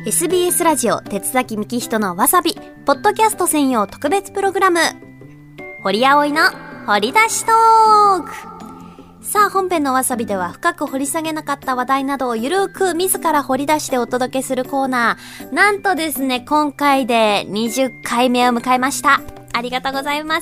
SBS ラジオ鉄崎幹人のわさびポッドキャスト専用特別プログラム、堀葵の掘り出しトーク。さあ、本編のわさびでは深く掘り下げなかった話題などをゆるく自ら掘り出してお届けするコーナー。なんとですね、今回で20回目を迎えました。ありがとうございます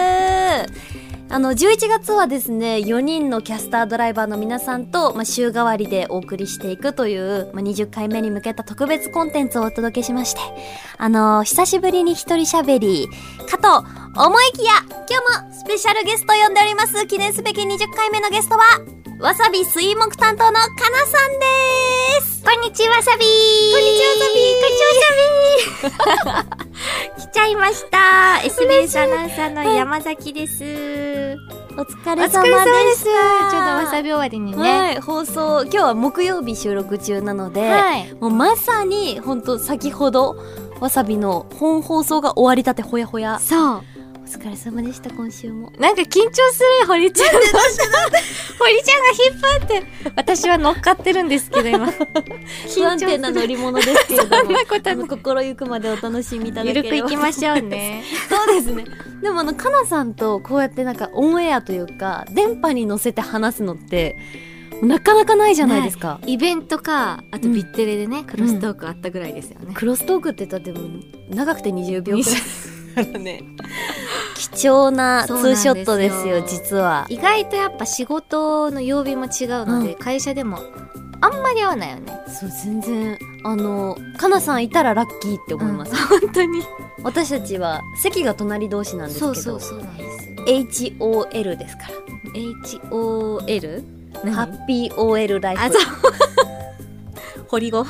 。11月はですね、4人のキャスタードライバーの皆さんと、週替わりでお送りしていくという、20回目に向けた特別コンテンツをお届けしまして、久しぶりに一人喋りかと思いきや、今日もスペシャルゲストを呼んでおります。記念すべき20回目のゲストは、わさび水木担当のかなさんです。 こんにちは、わさび。 こんにちは、わさび。 来ちゃいました。SBS アナウンサーの山崎です。 お疲れ様でした。 ちょうどわさび終わりにね。 はい、放送、今日は木曜日収録中なので、はい、もうまさに、ほんと先ほど、わさびの本放送が終わりたてほやほや。 そう。 お疲れ様でした。今週もなんか緊張する。堀ちゃんが引っ張って私は乗っかってるんですけど、今不安定な乗り物ですけれども、 そんなことない。 心ゆくまでお楽しみいただければ。 ゆるくいきましょうね。 そうですね。でもかなさんとこうやってなんかオンエアというか電波に乗せて話すのってなかなかないじゃないですか。 イベントか、あとビッテレでね、クロストークあったぐらいですよね。 クロストークって言ったらでも長くて20秒くらいね、貴重なツーショットですよ。実は意外とやっぱ仕事の曜日も違うので、会社でもあんまり合わないよね。 そう、全然かなさんいたらラッキーって思います、 本当に。 私たちは席が隣同士なんですけど、 そうなんです。 HOL ですから。 HOL？ ハッピー OL ライフ。 あ、そうホリゴ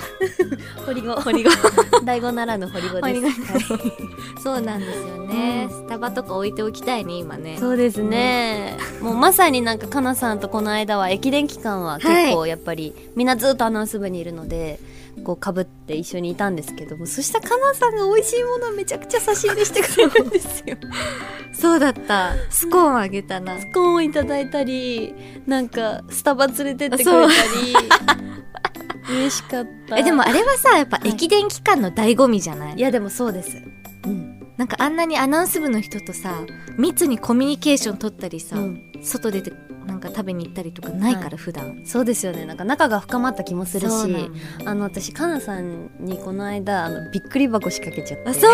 第5ならぬホリゴです。 そうなんですよね、スタバとか置いておきたいね、今ね。 そうですね、もうまさになんかかなさんとこの間は駅伝期間は結構やっぱり、みんなずっとアナウンス部にいるのでこう被って一緒にいたんですけども、そしたらかなさんが美味しいものをめちゃくちゃ差し入れしてくれるんですよ。 そうだった。スコーンあげたな。 スコーンをいただいたり、なんかスタバ連れてってくれたり嬉しかった。 でもあれはさ、やっぱ駅伝期間の醍醐味じゃない？ いやでもそうです。 なんかあんなにアナウンス部の人とさ、密にコミュニケーション取ったりさ、外出てなんか食べに行ったりとかないから、普段。 そうですよね。なんか仲が深まった気もするし、私かなさんにこの間びっくり箱仕掛けちゃって。そう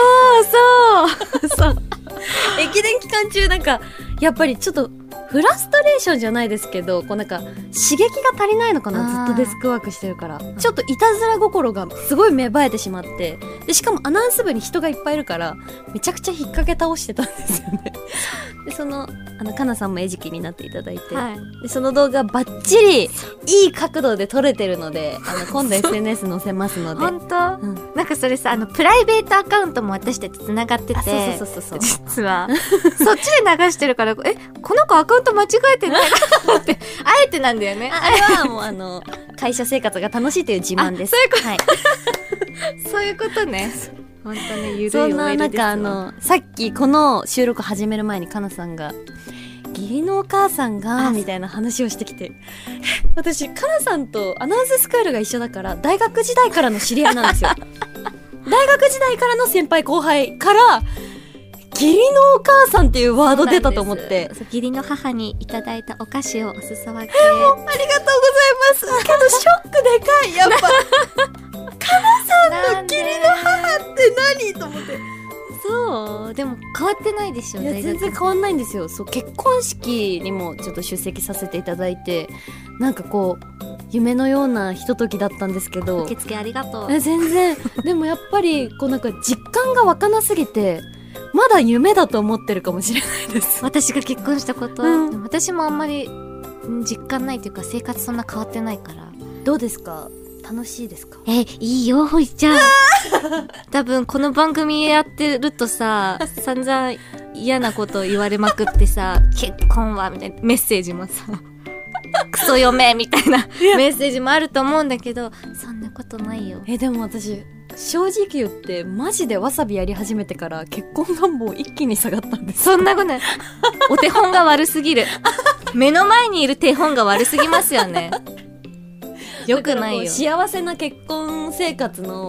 駅伝期間中なんかやっぱりちょっとフラストレーションじゃないですけど、こうなんか刺激が足りないのかな、ずっとデスクワークしてるから、ちょっといたずら心がすごい芽生えてしまって、でしかもアナウンス部に人がいっぱいいるからめちゃくちゃ引っ掛け倒してたんですよね。でかなさんも餌食になっていただいて、でその動画バッチリいい角度で撮れてるので、今度 SNS 載せますので。 本当、なんかそれさ、プライベートアカウントも私たちつながってて、 そう実はそっちで流してるから、この子アカウント間違えてないかってあえてなんだよね。 あれはもう会社生活が楽しいという自慢です。 そういうこと、はい、そういうことね。本当ね、ゆるい OL ですよ。 そんな中さっきこの収録始める前にかなさんが義理のお母さんがみたいな話をしてきて、私かなさんとアナウンススクールが一緒だから大学時代からの知り合いなんですよ。大学時代からの先輩後輩から義理のお母さんっていうワード出たと思って、 義理の母にいただいたお菓子をお裾分け。 ありがとうございますけどショックでかい。やっぱかなさんの義理の母って何と思って。 そうでも変わってないでしょ。 いや全然変わんないんですよ。そう、結婚式にもちょっと出席させていただいて、なんかこう夢のようなひとときだったんですけど。 受付ありがとう。 全然でもやっぱりこうなんか実感が湧かなすぎてまだ夢だと思ってるかもしれないです。 私が結婚したこと、私もあんまり実感ないというか、生活そんな変わってないから。 どうですか？楽しいですか？ いいよ、ほいちゃん。多分この番組やってるとさ、散々嫌なこと言われまくってさ、結婚はみたいなメッセージもさ、クソ嫁みたいなメッセージもあると思うんだけど、そんなことないよ。 でも私正直言ってマジでわさびやり始めてから結婚願望一気に下がったんです。 そんなことない。お手本が悪すぎる。目の前にいる手本が悪すぎますよね。よくないよ。 幸せな結婚生活の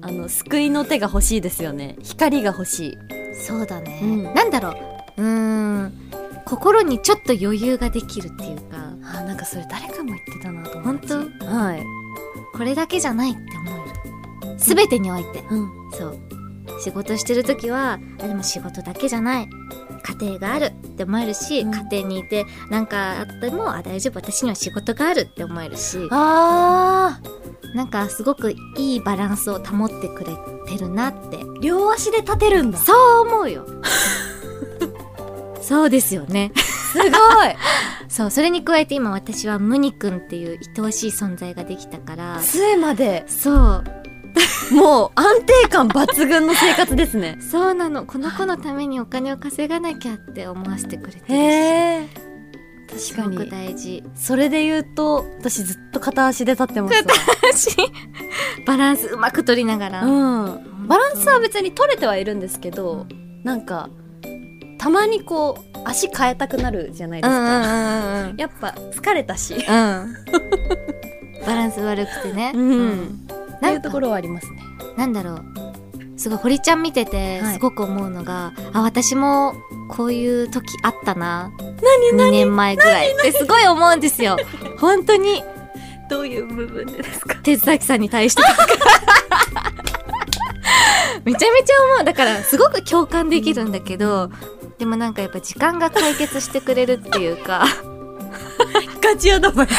救いの手が欲しいですよね。光が欲しい。 そうだね、 なんだろう、心にちょっと余裕ができるっていうか、 なんかそれ誰かも言ってたなと思本って。 当？ はい。 これだけじゃないって思える。すべてにおいて、そう。仕事してるときは、でも仕事だけじゃない。家庭があるって思えるし、家庭にいてなんかあっても、大丈夫、私には仕事があるって思えるし、なんかすごくいいバランスを保ってくれてるなって。 両足で立てるんだ。 そう思うよ。そうですよね。 すごい。 そう、それに加えて今私はムニくんっていう愛おしい存在ができたから。 杖まで。 そう。 もう安定感抜群の生活ですね。 そうなの。この子のためにお金を稼がなきゃって思わせてくれてるし。 へー。確かに。 すごく大事。 それで言うと、私ずっと片足で立ってますわ。 片足バランスうまく取りながら。 バランスは別に取れてはいるんですけど、なんか、たまにこう、足変えたくなるじゃないですか。やっぱ疲れたし。 バランス悪くてね。 そういうところはありますね。 なんだろう。すごい、堀ちゃん見てて、すごく思うのが、私もこういう時あったな。2年前ぐらいってすごい思うんですよ。本当に。 どういう部分でですか？ 手崎さんに対して。めちゃめちゃ思う。だから、すごく共感できるんだけど、でもなんかやっぱ時間が解決してくれるっていうか。 ガチアドバイス。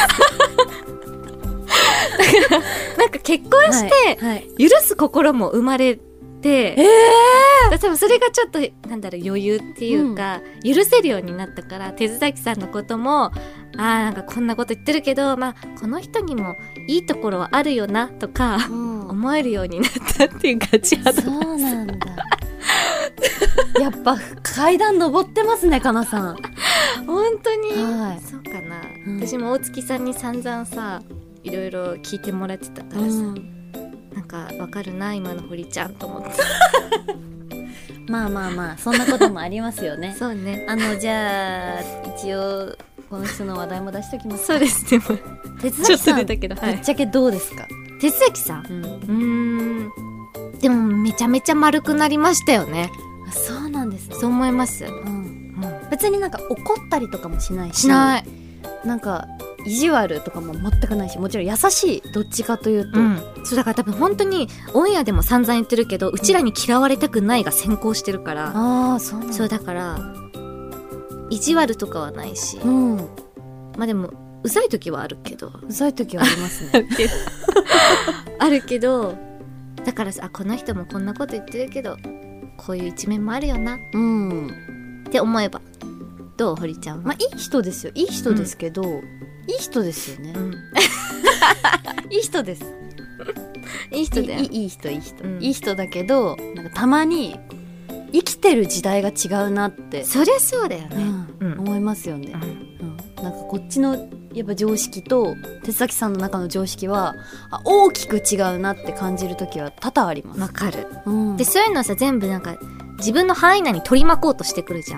なんか結婚して許す心も生まれて、多分それがちょっとなんだろう、余裕っていうか、許せるようになったから、手崎さんのこともなんかこんなこと言ってるけど、まあこの人にもいいところはあるよなとか、思えるようになったっていうガチアドバイス。 そうなんだ。やっぱ階段登ってますね、かなさん。 本当に、そうかな、私も大月さんに散々さいろいろ聞いてもらってたからさ、なんかわかるな今の堀ちゃんと思って。 まあまあまあ、そんなこともありますよね。 そうね。 じゃあ一応この人の話題も出しときます。 そうですね。 手崎さん、ぶっぶちゃけどうですか？ 手崎さん、でもめちゃめちゃ丸くなりましたよね。 そうなんですね。 そう思います。 別になんか怒ったりとかもしないし。 しない。 なんか意地悪とかも全くないし、もちろん優しい、どっちかというと、 そうだから多分本当にオンエアでも散々言ってるけど、うちらに嫌われたくないが先行してるから、 そうなんだ。 そうだから意地悪とかはないし、まあでもうざい時はあるけど、 うざい時はありますね。 あるけど、だからさ、この人もこんなこと言ってるけどこういう一面もあるよなって思えば。どう？堀ちゃんは。 まあいい人ですよ。いい人ですけど、いい人ですよね。いい人です。 いい人だよ。 いい人。いい人だけど、なんかたまに生きてる時代が違うなって。 そりゃそうだよね。 思いますよね。なんかこっちのやっぱ常識と手崎さんの中の常識は大きく違うなって感じる時は多々あります。 わかる。で、そういうのさ、全部なんか自分の範囲内に取り巻こうとしてくるじゃん。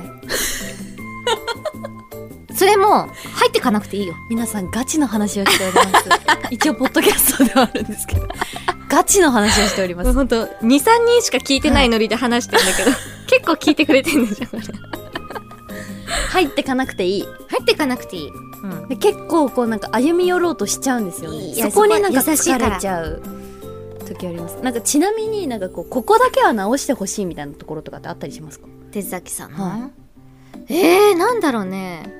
それも入ってかなくていいよ。 皆さんガチの話をしております。一応ポッドキャストではあるんですけど、ガチの話をしております。 本当 2,3 人しか聞いてないノリで話してるんだけど、結構聞いてくれてるんでしょこれ。 入ってかなくていい。 入ってかなくていい。 で結構こうなんか歩み寄ろうとしちゃうんですよね。そこになんか疲れちゃう時あります。なんかちなみになんかここだけは直してほしいみたいなところとかってあったりしますか？ 手崎さんの、なんだろうね。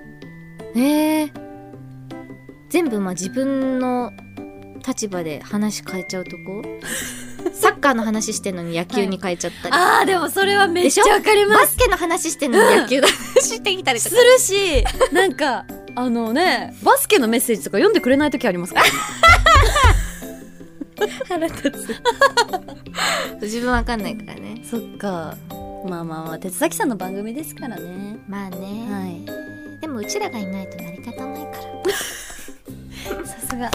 全部自分の立場で話変えちゃうとこ。サッカーの話してんのに野球に変えちゃったり、 でもそれはめっちゃわかります。 バスケの話してんのに野球の話してきたりとかするし、なんかバスケのメッセージとか読んでくれない時ありますからね。 腹立つ。自分わかんないからね。 そっか。まあまあ手崎さんの番組ですからね。 まあね。でもうちらがいないと成り立たないから。 さすが。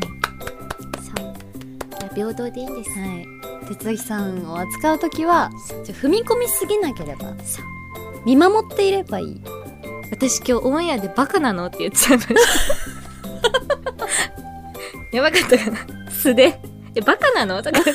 平等でいいんです。 手崎さんを扱うときは踏み込みすぎなければ、見守っていればいい。 私今日オンエアでバカなのって言っちゃいました。やばかったかな。素でバカなのとか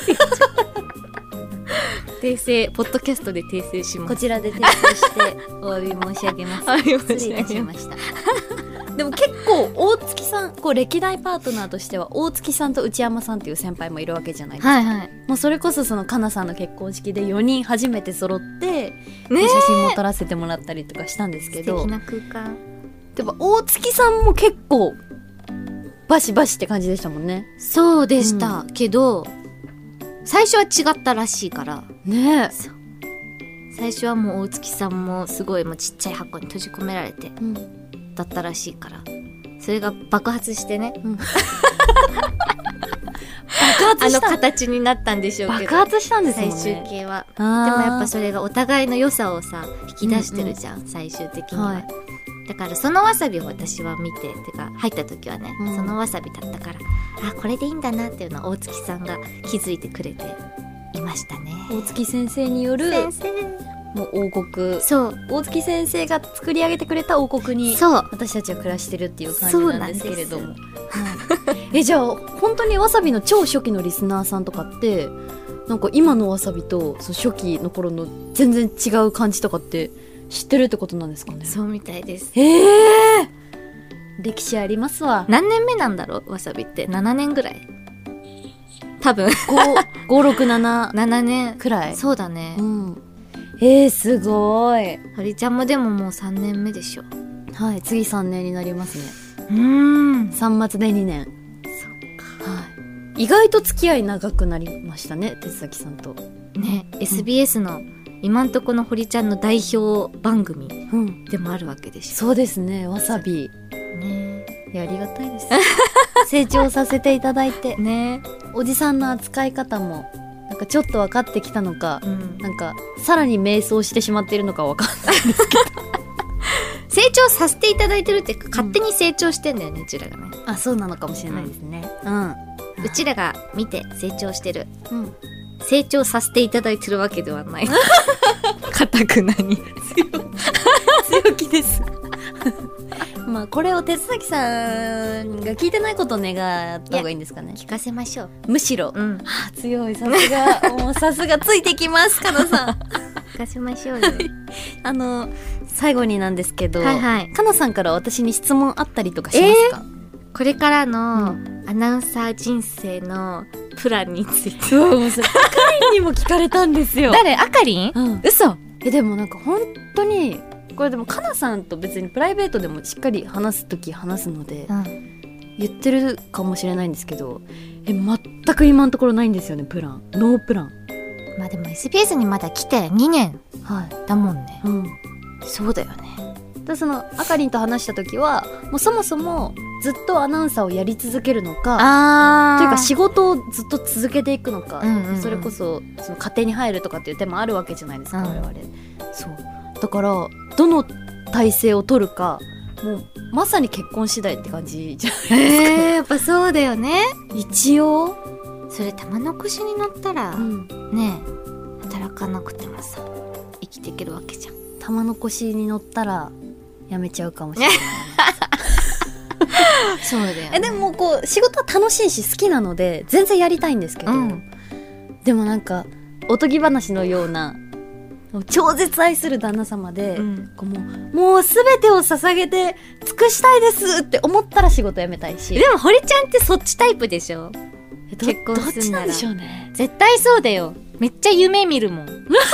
訂正、ポッドキャストで訂正します。 こちらで訂正してお詫び申し上げます。 お詫び申し失礼いたし上げま。 ますした。でも結構大月さん、こう歴代パートナーとしては大月さんと内山さんっていう先輩もいるわけじゃないですか。 はいはい。 もうそれこそそのかなさんの結婚式で4人初めて揃って、 ね写真も撮らせてもらったりとかしたんですけど、 素敵な空間。 でも大月さんも結構バシバシって感じでしたもんね。 そうでした、けど、最初は違ったらしいから、 ね最初はもう大月さんもすごいもうちっちゃい箱に閉じ込められて、だったらしいから、それが爆発してね、 爆発した形になったんでしょうけど、 爆発したんですもんね。 最終形は。 でもでもやっぱそれがお互いの良さをさ引き出してるじゃん、最終的には、 はいだからそのわさびを私は見ててか入った時はね、 うんそのわさびだったから、あ、これでいいんだなっていうのは大月さんが気づいてくれていましたね。 大月先生による先生、 もう王国、 そう大月先生が作り上げてくれた王国にそう私たちは暮らしてるっていう感じなんですけれども、 そうはいじゃあ本当にわさびの超初期のリスナーさんとかってなんか今のわさびとそう初期の頃の全然違う感じとかって知ってるってことなんですかね。 そうみたいです。 歴史ありますわ。 何年目なんだろう、わさびって7年ぐらい、多分 567 7年くらい。 そうだね、 すごい。 堀ちゃんもでももう3年目でしょ。 はい、次3年になりますね。 3 3末で2年。はい。意外と付き合い長くなりましたね、鉄崎さんと。 ね、SBS の今んとこの堀ちゃんの代表番組でもあるわけでしょ。 そうですね、わさび。 ねいや、ありがたいです。成長させていただいて、 ね、 おじさんの扱い方も、なんかちょっと分かってきたのか、 うん、 なんか、さらに迷走してしまっているのか分かんないんですけど。 成長させていただいてるっていうか、勝手に成長してんだよね、うちらがね。 あ、そうなのかもしれないですね。 うちらが見て成長してる。 うん。 成長させていただいてるわけではない。かたくなに。 強気です。まあ、これを鉄崎さんが聞いてないことを願った方がいいんですかね。 聞かせましょう。 むしろ。 うん。 あ、強い、さすが。もうさすがついてきます、かなさん。 聞かせましょうよ。 最後になんですけど、 はいはい。 かなさんから私に質問あったりとかしますか？ これからのうアナウンサー人生のプランについて。 うわ、もうそれ、あかりんにも聞かれたんですよ。 誰？あかりん？ うん。 嘘。 でもなんか本当に、これでもかなさんと別にプライベートでもしっかり話すとき話すので、言ってるかもしれないんですけど、全く今のところないんですよね、プラン。ノープラン。 まあでも SBS にまだ来て2年はい。 だもんね。 うん。 そうだよね。 でそのあかりんと話した時はもうそもそもずっとアナウンサーをやり続けるのかあというか仕事をずっと続けていくのか、 うんうんうんそれこそその家庭に入るとかっていう手もあるわけじゃないですか、 うん我々。そうだからどの体制を取るかもうまさに結婚次第って感じじゃないですか、 やっぱそうだよね。 一応、 それ玉の腰に乗ったら、 うん、 ねえ働かなくてもさ生きていけるわけじゃん。 玉の腰に乗ったらやめちゃうかもしれないそうだよね。 でもこう仕事は楽しいし好きなので全然やりたいんですけど、 うんでもなんかおとぎ話のような超絶愛する旦那様で、こうもう全てを捧げて尽くしたいですって思ったら仕事辞めたいし。 でも堀ちゃんってそっちタイプでしょ。 ど結婚すんならどっちなんでしょうね。 絶対そうだよ。めっちゃ夢見るもん。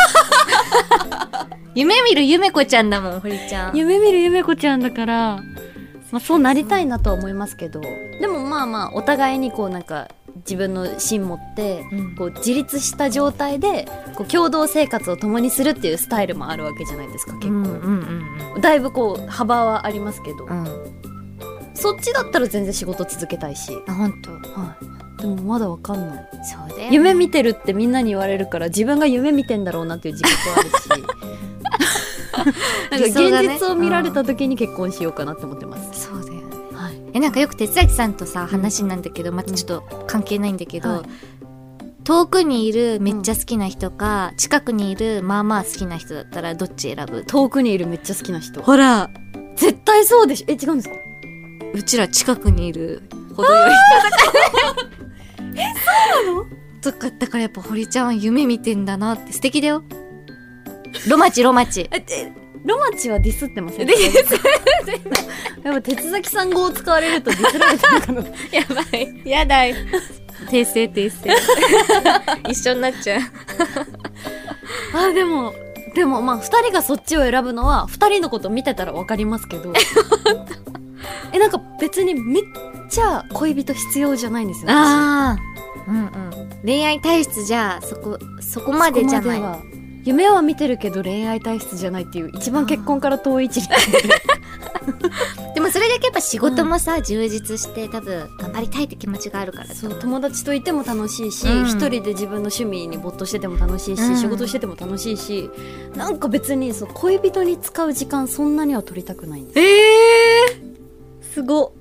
夢見るゆめこちゃんだもん、堀ちゃん。 夢見る夢子ちゃんだから、まあ、そうなりたいなとは思いますけど、でもまあまあお互いにこうなんか自分の芯持ってこう自立した状態でこう共同生活を共にするっていうスタイルもあるわけじゃないですか。結構、だいぶこう幅はありますけど、そっちだったら全然仕事続けたいし、 あ、ほんと。 はい、でもまだわかんない。 そうだよね。 夢見てるってみんなに言われるから自分が夢見てんだろうなっていう自覚はあるしなんか理想がね現実を見られた時に結婚しようかなって思ってます、 そうだよね。 はい、 なんかよく哲崎さんとさ話なんだけど、またちょっと関係ないんだけど、 はい遠くにいるめっちゃ好きな人か、近くにいるまあまあ好きな人だったらどっち選ぶ？ 遠くにいるめっちゃ好きな人。 ほら、 絶対そうでしょ。違うんですか？ うちら近くにいる程よい人だから。 とか、だからやっぱ堀ちゃんは夢見てんだなって。素敵だよ。ロマチ。 ロマチはディスってません？やっぱ鉄崎さん語を使われるとディスられてるかな。 やばい。やだよ。訂正。一緒になっちゃう。 でもまあ2人がそっちを選ぶのは2人のこと見てたら分かりますけどなんか別にめっちゃ恋人必要じゃないんですよ。 ああ、恋愛体質じゃそこまでじゃない。 夢は見てるけど恋愛体質じゃないっていう一番結婚から遠い位置にでもそれだけやっぱ仕事もさ、充実して多分頑張りたいって気持ちがあるから。 そう、友達といても楽しいし、一人で自分の趣味に没頭してても楽しいし、仕事してても楽しいし、なんか別にそう恋人に使う時間そんなには取りたくないんです。すご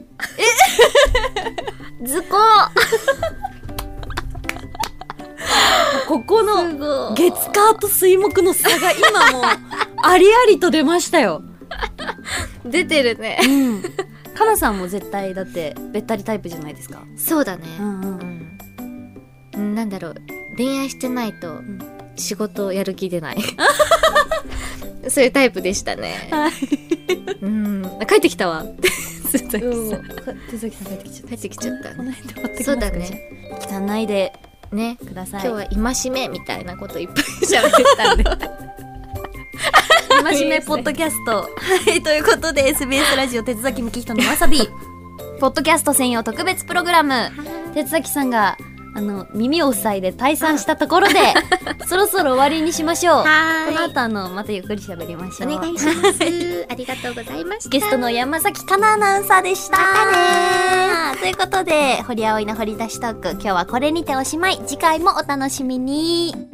図工ここの月火と水木の差が今もうありありと出ましたよ。 出てるね。 かなさんも絶対だってべったりタイプじゃないですか。 そうだね。なんだろう、恋愛してないと仕事をやる気出ない。そういうタイプでしたね。帰ってきたわ。手崎さん帰ってきちゃった。 この辺で終わってきますか。 そうだね。 汚いでね、 ください。 今日は戒めみたいなこといっぱい喋ってたんで。 戒めポッドキャスト。はい、ということで SBS ラジオ鉄崎幹人のわさびポッドキャスト専用特別プログラム、鉄崎さんが耳を塞いで退散したところでそろそろ終わりにしましょう。この後またゆっくり喋りましょう。 お願いします。ありがとうございました。 ゲストの山崎かなアナウンサーでした。 またね。 ということで、堀葵の掘り出しトーク、今日はこれにておしまい。次回もお楽しみに。